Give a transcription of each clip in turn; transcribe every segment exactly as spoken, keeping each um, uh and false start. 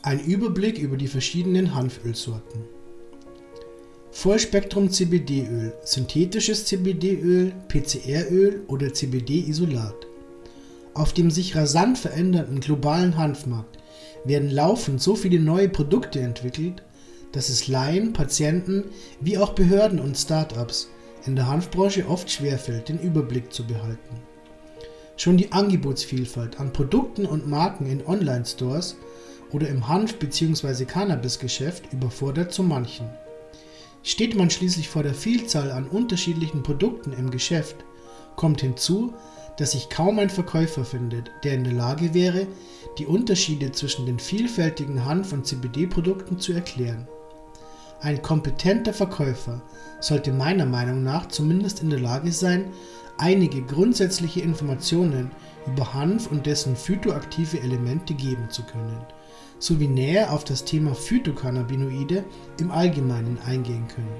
Ein Überblick über die verschiedenen Hanfölsorten. Vollspektrum-C B D-Öl, synthetisches C B D-Öl, P C R-Öl oder C B D-Isolat. Auf dem sich rasant verändernden globalen Hanfmarkt werden laufend so viele neue Produkte entwickelt, dass es Laien, Patienten wie auch Behörden und Start-ups in der Hanfbranche oft schwerfällt, den Überblick zu behalten. Schon die Angebotsvielfalt an Produkten und Marken in Online-Stores oder im Hanf- bzw. Cannabis-Geschäft überfordert so manchen. Steht man schließlich vor der Vielzahl an unterschiedlichen Produkten im Geschäft, kommt hinzu, dass sich kaum ein Verkäufer findet, der in der Lage wäre, die Unterschiede zwischen den vielfältigen Hanf- und C B D-Produkten zu erklären. Ein kompetenter Verkäufer sollte meiner Meinung nach zumindest in der Lage sein, einige grundsätzliche Informationen über Hanf und dessen phytoaktive Elemente geben zu können, sowie näher auf das Thema Phytocannabinoide im Allgemeinen eingehen können.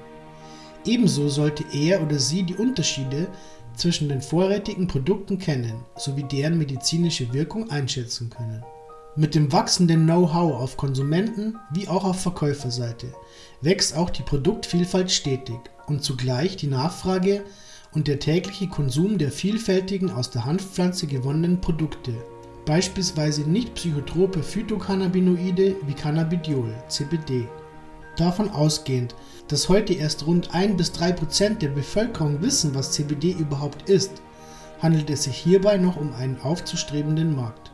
Ebenso sollte er oder sie die Unterschiede zwischen den vorrätigen Produkten kennen, sowie deren medizinische Wirkung einschätzen können. Mit dem wachsenden Know-how auf Konsumenten- wie auch auf Verkäuferseite wächst auch die Produktvielfalt stetig und zugleich die Nachfrage und der tägliche Konsum der vielfältigen aus der Hanfpflanze gewonnenen Produkte, beispielsweise nicht psychotrope Phytocannabinoide wie Cannabidiol, C B D. Davon ausgehend, dass heute erst rund ein bis drei Prozent der Bevölkerung wissen, was C B D überhaupt ist, handelt es sich hierbei noch um einen aufzustrebenden Markt.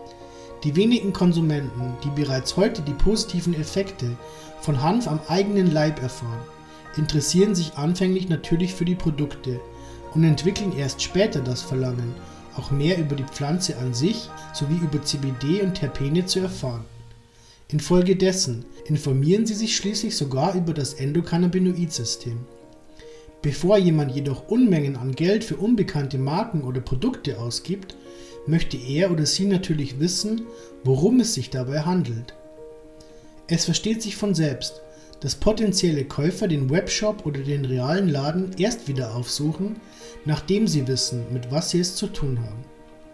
Die wenigen Konsumenten, die bereits heute die positiven Effekte von Hanf am eigenen Leib erfahren, interessieren sich anfänglich natürlich für die Produkte und entwickeln erst später das Verlangen, auch mehr über die Pflanze an sich sowie über C B D und Terpene zu erfahren. Infolgedessen informieren sie sich schließlich sogar über das Endokannabinoid-System. Bevor jemand jedoch Unmengen an Geld für unbekannte Marken oder Produkte ausgibt, möchte er oder sie natürlich wissen, worum es sich dabei handelt. Es versteht sich von selbst, dass potenzielle Käufer den Webshop oder den realen Laden erst wieder aufsuchen, nachdem sie wissen, mit was sie es zu tun haben.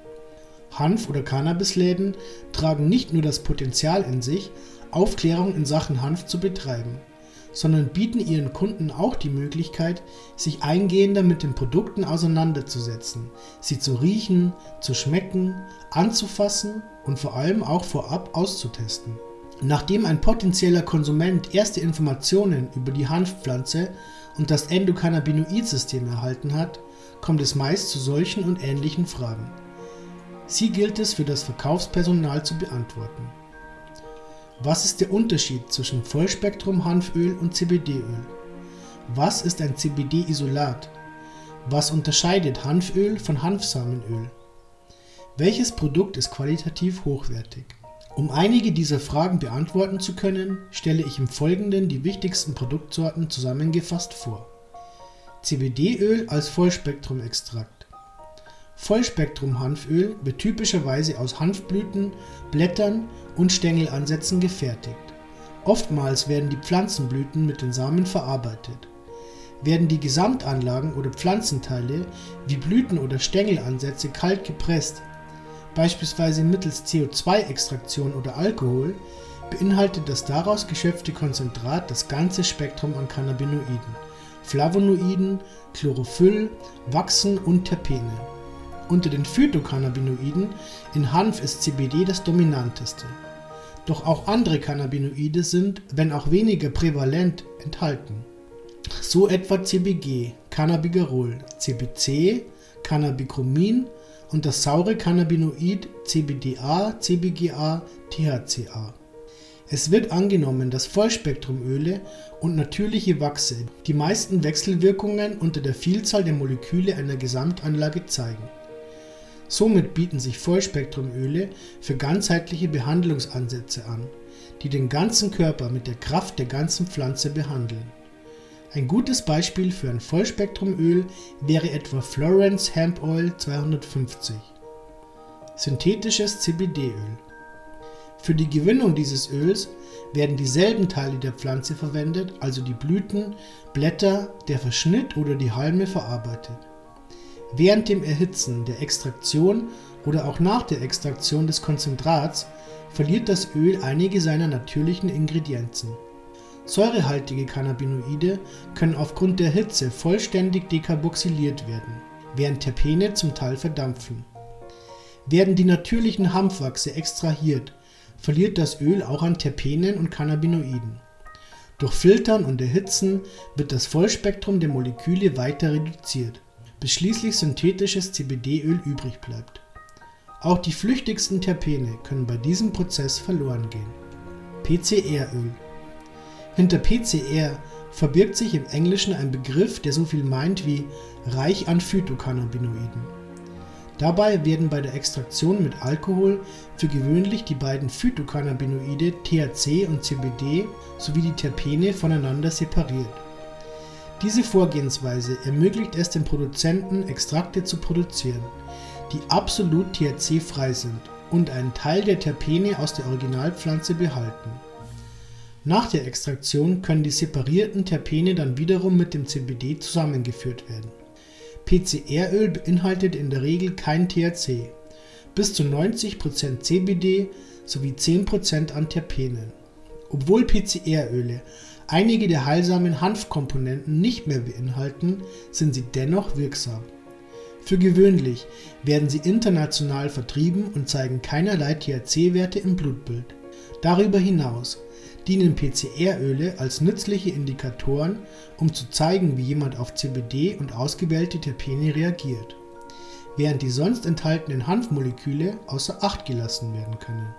Hanf- oder Cannabisläden tragen nicht nur das Potenzial in sich, Aufklärung in Sachen Hanf zu betreiben, sondern bieten ihren Kunden auch die Möglichkeit, sich eingehender mit den Produkten auseinanderzusetzen, sie zu riechen, zu schmecken, anzufassen und vor allem auch vorab auszutesten. Nachdem ein potenzieller Konsument erste Informationen über die Hanfpflanze und das Endokannabinoid-System erhalten hat, kommt es meist zu solchen und ähnlichen Fragen. Sie gilt es für das Verkaufspersonal zu beantworten. Was ist der Unterschied zwischen Vollspektrum-Hanföl und C B D-Öl? Was ist ein C B D-Isolat? Was unterscheidet Hanföl von Hanfsamenöl? Welches Produkt ist qualitativ hochwertig? Um einige dieser Fragen beantworten zu können, stelle ich im Folgenden die wichtigsten Produktsorten zusammengefasst vor. C B D-Öl als Vollspektrum-Extrakt. Vollspektrum-Hanföl wird typischerweise aus Hanfblüten, Blättern und Stängelansätzen gefertigt. Oftmals werden die Pflanzenblüten mit den Samen verarbeitet. Werden die Gesamtanlagen oder Pflanzenteile wie Blüten oder Stängelansätze kalt gepresst, beispielsweise mittels C O zwei Extraktion oder Alkohol, beinhaltet das daraus geschöpfte Konzentrat das ganze Spektrum an Cannabinoiden, Flavonoiden, Chlorophyll, Wachsen und Terpene. Unter den Phytocannabinoiden in Hanf ist C B D das dominanteste. Doch auch andere Cannabinoide sind, wenn auch weniger prävalent, enthalten. So etwa C B G, Cannabigerol, C B C, Cannabichromin und das saure Cannabinoid C B D A, C B G A, T H C A. Es wird angenommen, dass Vollspektrumöle und natürliche Wachse die meisten Wechselwirkungen unter der Vielzahl der Moleküle einer Gesamtanlage zeigen. Somit bieten sich Vollspektrumöle für ganzheitliche Behandlungsansätze an, die den ganzen Körper mit der Kraft der ganzen Pflanze behandeln. Ein gutes Beispiel für ein Vollspektrumöl wäre etwa Florence Hemp Oil zweihundertfünfzig. Synthetisches C B D-Öl. Für die Gewinnung dieses Öls werden dieselben Teile der Pflanze verwendet, also die Blüten, Blätter, der Verschnitt oder die Halme verarbeitet. Während dem Erhitzen der Extraktion oder auch nach der Extraktion des Konzentrats verliert das Öl einige seiner natürlichen Ingredienzen. Säurehaltige Cannabinoide können aufgrund der Hitze vollständig dekarboxyliert werden, während Terpene zum Teil verdampfen. Werden die natürlichen Hanfwachse extrahiert, verliert das Öl auch an Terpenen und Cannabinoiden. Durch Filtern und Erhitzen wird das Vollspektrum der Moleküle weiter reduziert, bis schließlich synthetisches C B D-Öl übrig bleibt. Auch die flüchtigsten Terpene können bei diesem Prozess verloren gehen. P C R-Öl. Hinter P C R verbirgt sich im Englischen ein Begriff, der so viel meint wie reich an Phytocannabinoiden. Dabei werden bei der Extraktion mit Alkohol für gewöhnlich die beiden Phytocannabinoide T H C und C B D sowie die Terpene voneinander separiert. Diese Vorgehensweise ermöglicht es den Produzenten, Extrakte zu produzieren, die absolut T H C-frei sind und einen Teil der Terpene aus der Originalpflanze behalten. Nach der Extraktion können die separierten Terpene dann wiederum mit dem C B D zusammengeführt werden. P C R-Öl beinhaltet in der Regel kein T H C, bis zu neunzig Prozent C B D sowie zehn Prozent an Terpenen. Obwohl P C R-Öle einige der heilsamen Hanfkomponenten nicht mehr beinhalten, sind sie dennoch wirksam. Für gewöhnlich werden sie international vertrieben und zeigen keinerlei T H C-Werte im Blutbild. Darüber hinaus dienen P C R-Öle als nützliche Indikatoren, um zu zeigen, wie jemand auf C B D und ausgewählte Terpene reagiert, während die sonst enthaltenen Hanfmoleküle außer Acht gelassen werden können.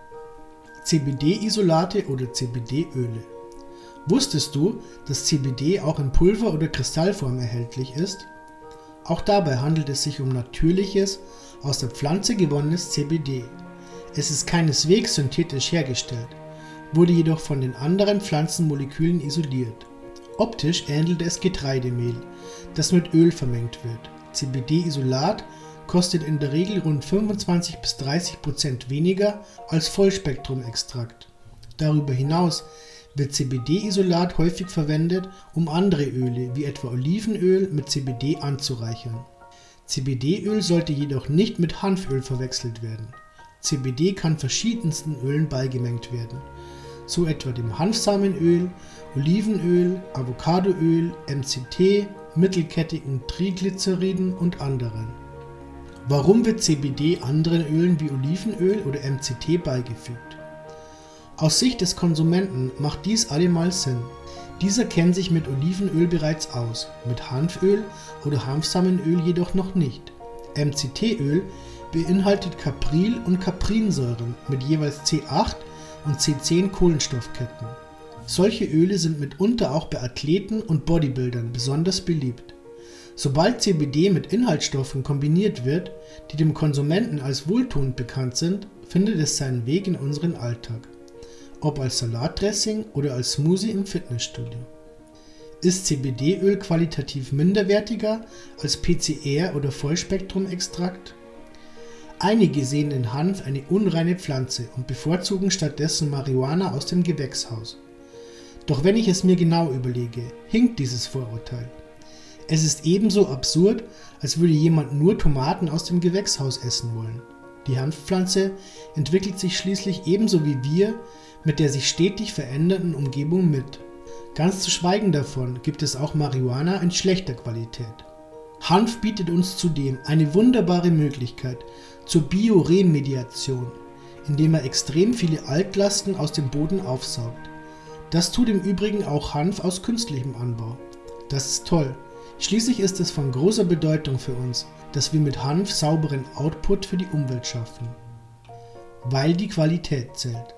C B D-Isolate oder C B D-Öle. Wusstest du, dass C B D auch in Pulver- oder Kristallform erhältlich ist? Auch dabei handelt es sich um natürliches, aus der Pflanze gewonnenes C B D. Es ist keineswegs synthetisch hergestellt, wurde jedoch von den anderen Pflanzenmolekülen isoliert. Optisch ähnelt es Getreidemehl, das mit Öl vermengt wird. C B D-Isolat kostet in der Regel rund fünfundzwanzig bis dreißig Prozent weniger als Vollspektrumextrakt. Darüber hinaus wird C B D-Isolat häufig verwendet, um andere Öle wie etwa Olivenöl mit C B D anzureichern. C B D-Öl sollte jedoch nicht mit Hanföl verwechselt werden. C B D kann verschiedensten Ölen beigemengt werden, so etwa dem Hanfsamenöl, Olivenöl, Avocadoöl, M C T, mittelkettigen Triglyceriden und anderen. Warum wird C B D anderen Ölen wie Olivenöl oder M C T beigefügt? Aus Sicht des Konsumenten macht dies allemal Sinn. Dieser kennt sich mit Olivenöl bereits aus, mit Hanföl oder Hanfsamenöl jedoch noch nicht. M C T-Öl beinhaltet Capril- und Caprinsäuren mit jeweils C acht und C zehn Kohlenstoffketten. Solche Öle sind mitunter auch bei Athleten und Bodybuildern besonders beliebt. Sobald C B D mit Inhaltsstoffen kombiniert wird, die dem Konsumenten als wohltuend bekannt sind, findet es seinen Weg in unseren Alltag. Ob als Salatdressing oder als Smoothie im Fitnessstudio. Ist C B D-Öl qualitativ minderwertiger als P C R oder Vollspektrumextrakt? Einige sehen in Hanf eine unreine Pflanze und bevorzugen stattdessen Marihuana aus dem Gewächshaus. Doch wenn ich es mir genau überlege, hinkt dieses Vorurteil. Es ist ebenso absurd, als würde jemand nur Tomaten aus dem Gewächshaus essen wollen. Die Hanfpflanze entwickelt sich schließlich ebenso wie wir mit der sich stetig verändernden Umgebung mit. Ganz zu schweigen davon gibt es auch Marihuana in schlechter Qualität. Hanf bietet uns zudem eine wunderbare Möglichkeit zur Bioremediation, indem er extrem viele Altlasten aus dem Boden aufsaugt. Das tut im Übrigen auch Hanf aus künstlichem Anbau. Das ist toll. Schließlich ist es von großer Bedeutung für uns, dass wir mit Hanf sauberen Output für die Umwelt schaffen. Weil die Qualität zählt.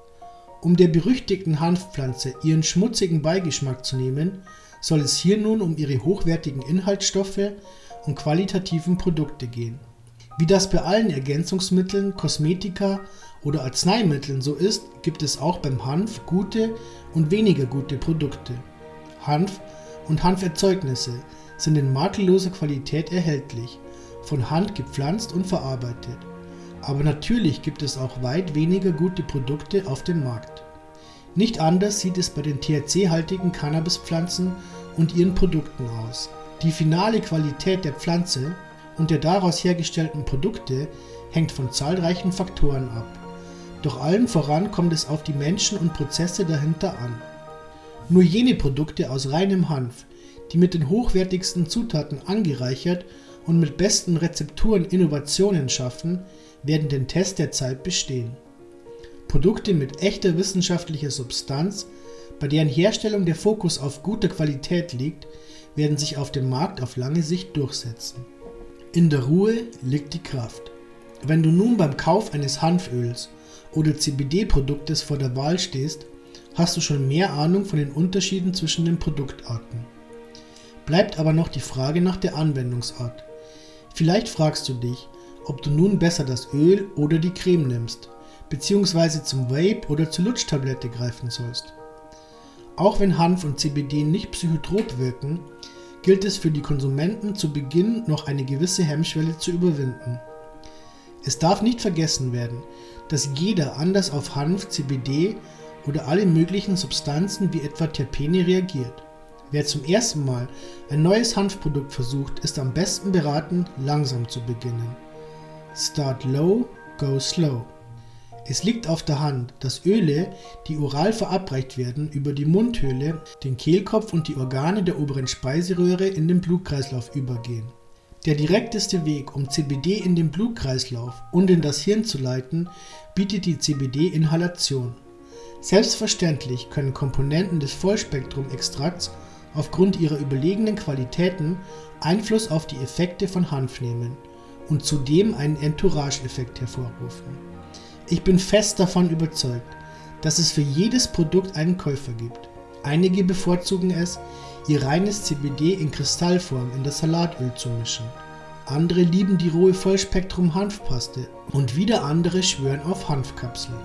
Um der berüchtigten Hanfpflanze ihren schmutzigen Beigeschmack zu nehmen, soll es hier nun um ihre hochwertigen Inhaltsstoffe und qualitativen Produkte gehen. Wie das bei allen Ergänzungsmitteln, Kosmetika oder Arzneimitteln so ist, gibt es auch beim Hanf gute und weniger gute Produkte. Hanf und Hanferzeugnisse sind in makelloser Qualität erhältlich, von Hand gepflanzt und verarbeitet. Aber natürlich gibt es auch weit weniger gute Produkte auf dem Markt. Nicht anders sieht es bei den T H C-haltigen Cannabispflanzen und ihren Produkten aus. Die finale Qualität der Pflanze und der daraus hergestellten Produkte hängt von zahlreichen Faktoren ab. Doch allen voran kommt es auf die Menschen und Prozesse dahinter an. Nur jene Produkte aus reinem Hanf, die mit den hochwertigsten Zutaten angereichert und mit besten Rezepturen Innovationen schaffen, werden den Test der Zeit bestehen. Produkte mit echter wissenschaftlicher Substanz, bei deren Herstellung der Fokus auf guter Qualität liegt, werden sich auf dem Markt auf lange Sicht durchsetzen. In der Ruhe liegt die Kraft. Wenn du nun beim Kauf eines Hanföls oder C B D-Produktes vor der Wahl stehst, hast du schon mehr Ahnung von den Unterschieden zwischen den Produktarten. Bleibt aber noch die Frage nach der Anwendungsart. Vielleicht fragst du dich, ob du nun besser das Öl oder die Creme nimmst, beziehungsweise zum Vape oder zur Lutschtablette greifen sollst. Auch wenn Hanf und C B D nicht psychotrop wirken, gilt es für die Konsumenten zu Beginn noch eine gewisse Hemmschwelle zu überwinden. Es darf nicht vergessen werden, dass jeder anders auf Hanf, C B D oder alle möglichen Substanzen wie etwa Terpene reagiert. Wer zum ersten Mal ein neues Hanfprodukt versucht, ist am besten beraten, langsam zu beginnen. Start low, go slow. Es liegt auf der Hand, dass Öle, die oral verabreicht werden, über die Mundhöhle, den Kehlkopf und die Organe der oberen Speiseröhre in den Blutkreislauf übergehen. Der direkteste Weg, um C B D in den Blutkreislauf und in das Hirn zu leiten, bietet die C B D-Inhalation. Selbstverständlich können Komponenten des Vollspektrum-Extrakts aufgrund ihrer überlegenen Qualitäten Einfluss auf die Effekte von Hanf nehmen und zudem einen Entourage-Effekt hervorrufen. Ich bin fest davon überzeugt, dass es für jedes Produkt einen Käufer gibt. Einige bevorzugen es, ihr reines C B D in Kristallform in das Salatöl zu mischen. Andere lieben die rohe Vollspektrum-Hanfpaste und wieder andere schwören auf Hanfkapseln.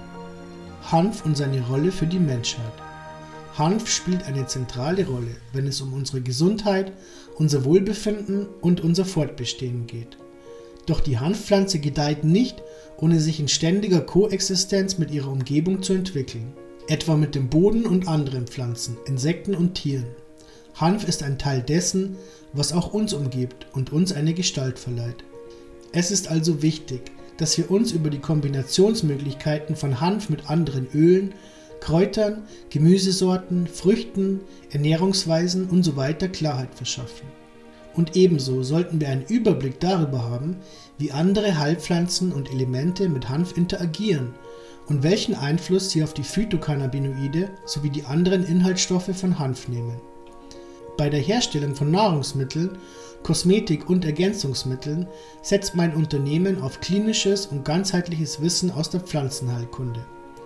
Hanf und seine Rolle für die Menschheit. Hanf spielt eine zentrale Rolle, wenn es um unsere Gesundheit, unser Wohlbefinden und unser Fortbestehen geht. Doch die Hanfpflanze gedeiht nicht, ohne sich in ständiger Koexistenz mit ihrer Umgebung zu entwickeln, etwa mit dem Boden und anderen Pflanzen, Insekten und Tieren. Hanf ist ein Teil dessen, was auch uns umgibt und uns eine Gestalt verleiht. Es ist also wichtig, dass wir uns über die Kombinationsmöglichkeiten von Hanf mit anderen Ölen, Kräutern, Gemüsesorten, Früchten, Ernährungsweisen usw. Klarheit verschaffen. Und ebenso sollten wir einen Überblick darüber haben, wie andere Heilpflanzen und Elemente mit Hanf interagieren und welchen Einfluss sie auf die Phytocannabinoide sowie die anderen Inhaltsstoffe von Hanf nehmen. Bei der Herstellung von Nahrungsmitteln, Kosmetik und Ergänzungsmitteln setzt mein Unternehmen auf klinisches und ganzheitliches Wissen aus der Pflanzenheilkunde.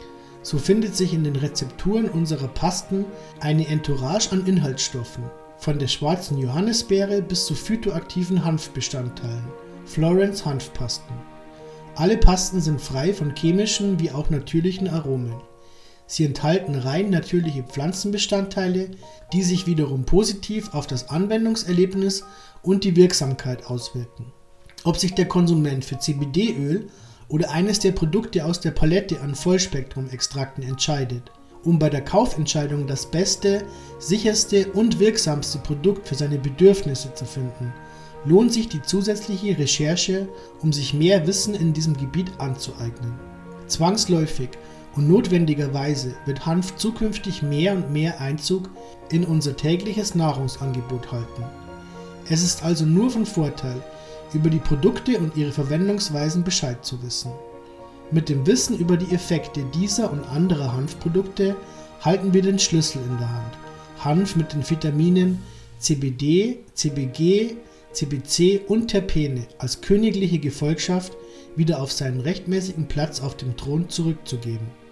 So findet sich in den Rezepturen unserer Pasten eine Entourage an Inhaltsstoffen, von der schwarzen Johannisbeere bis zu phytoaktiven Hanfbestandteilen, Florence Hanfpasten. Alle Pasten sind frei von chemischen wie auch natürlichen Aromen. Sie enthalten rein natürliche Pflanzenbestandteile, die sich wiederum positiv auf das Anwendungserlebnis und die Wirksamkeit auswirken. Ob sich der Konsument für C B D-Öl oder eines der Produkte aus der Palette an Vollspektrum-Extrakten entscheidet, um bei der Kaufentscheidung das beste, sicherste und wirksamste Produkt für seine Bedürfnisse zu finden, lohnt sich die zusätzliche Recherche, um sich mehr Wissen in diesem Gebiet anzueignen. Zwangsläufig und notwendigerweise wird Hanf zukünftig mehr und mehr Einzug in unser tägliches Nahrungsangebot halten. Es ist also nur von Vorteil, über die Produkte und ihre Verwendungsweisen Bescheid zu wissen. Mit dem Wissen über die Effekte dieser und anderer Hanfprodukte halten wir den Schlüssel in der Hand, Hanf mit den Vitaminen C B D, C B G, C B C und Terpene als königliche Gefolgschaft wieder auf seinen rechtmäßigen Platz auf dem Thron zurückzugeben.